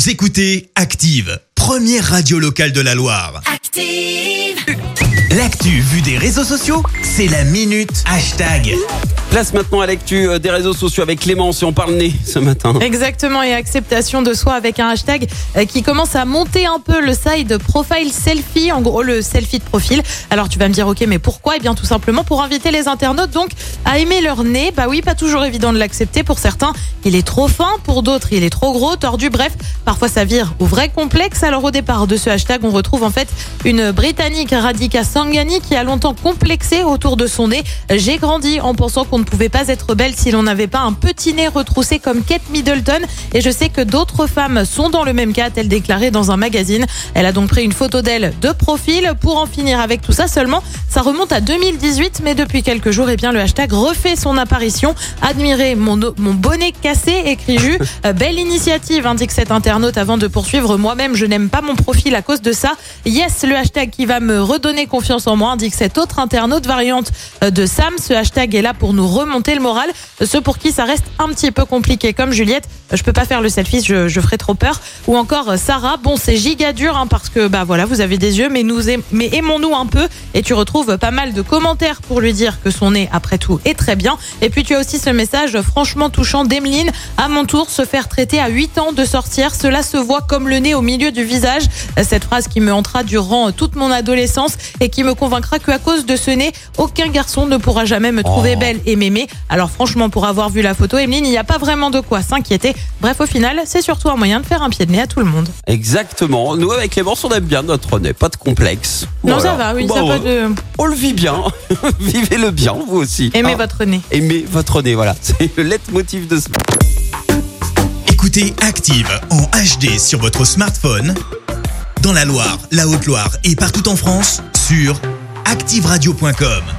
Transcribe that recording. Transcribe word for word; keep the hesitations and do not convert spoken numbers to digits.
Vous écoutez Active, première radio locale de la Loire. Active. L'actu vue des réseaux sociaux, c'est la minute hashtag. Place maintenant à l'actu des réseaux sociaux avec Clémence et on parle nez ce matin. Exactement, et acceptation de soi avec un hashtag qui commence à monter un peu, le side profile selfie, en gros le selfie de profil. Alors tu vas me dire ok, mais pourquoi ? Eh bien tout simplement pour inviter les internautes donc à aimer leur nez. Bah oui, pas toujours évident de l'accepter. Pour certains, il est trop fin, pour d'autres il est trop gros, tordu, bref, parfois ça vire au vrai complexe. Alors au départ de ce hashtag, on retrouve en fait une Britannique, Radhika Sangani, qui a longtemps complexé autour de son nez. J'ai grandi en pensant qu'on ne pouvait pas être belle si l'on n'avait pas un petit nez retroussé comme Kate Middleton, et je sais que d'autres femmes sont dans le même cas, a-t-elle déclaré dans un magazine. Elle a donc pris une photo d'elle de profil pour en finir avec tout ça. Seulement, ça remonte à deux mille dix-huit, mais depuis quelques jours, eh bien, le hashtag refait son apparition. Admirez mon, mon bonnet cassé, écrit Jus. Euh, belle initiative, indique cet internaute avant de poursuivre. Moi-même, je n'aime pas mon profil à cause de ça. Yes, le hashtag qui va me redonner confiance en moi, indique cet autre internaute, variante de Sam. Ce hashtag est là pour nous remonter le moral. Ceux pour qui ça reste un petit peu compliqué, comme Juliette, je peux pas faire le selfie, je, je ferai trop peur. Ou encore Sarah, bon c'est giga dur hein, parce que bah voilà, vous avez des yeux, mais nous aim- mais aimons-nous un peu. Et tu retrouves pas mal de commentaires pour lui dire que son nez après tout est très bien. Et puis tu as aussi ce message franchement touchant d'Emeline: à mon tour, se faire traiter à huit ans de sorcière, cela se voit comme le nez au milieu du visage. Cette phrase qui me hantera durant toute mon adolescence et qui me convaincra qu'à cause de ce nez, aucun garçon ne pourra jamais me trouver Oh. belle et m'aimer. Alors franchement, pour avoir vu la photo, Emeline, il n'y a pas vraiment de quoi s'inquiéter. Bref, au final, c'est surtout un moyen de faire un pied de nez à tout le monde. Exactement. Nous avec Clémence, on aime bien notre nez, pas de complexe. Non, Voilà. ça va, oui, Bah, ça on, pas de... on le vit bien. Vivez-le bien, vous aussi. Aimez Hein. votre nez. Aimez votre nez, voilà. C'est le leitmotiv de ce. Écoutez Active en H D sur votre smartphone, dans la Loire, la Haute-Loire et partout en France, sur active radio point com.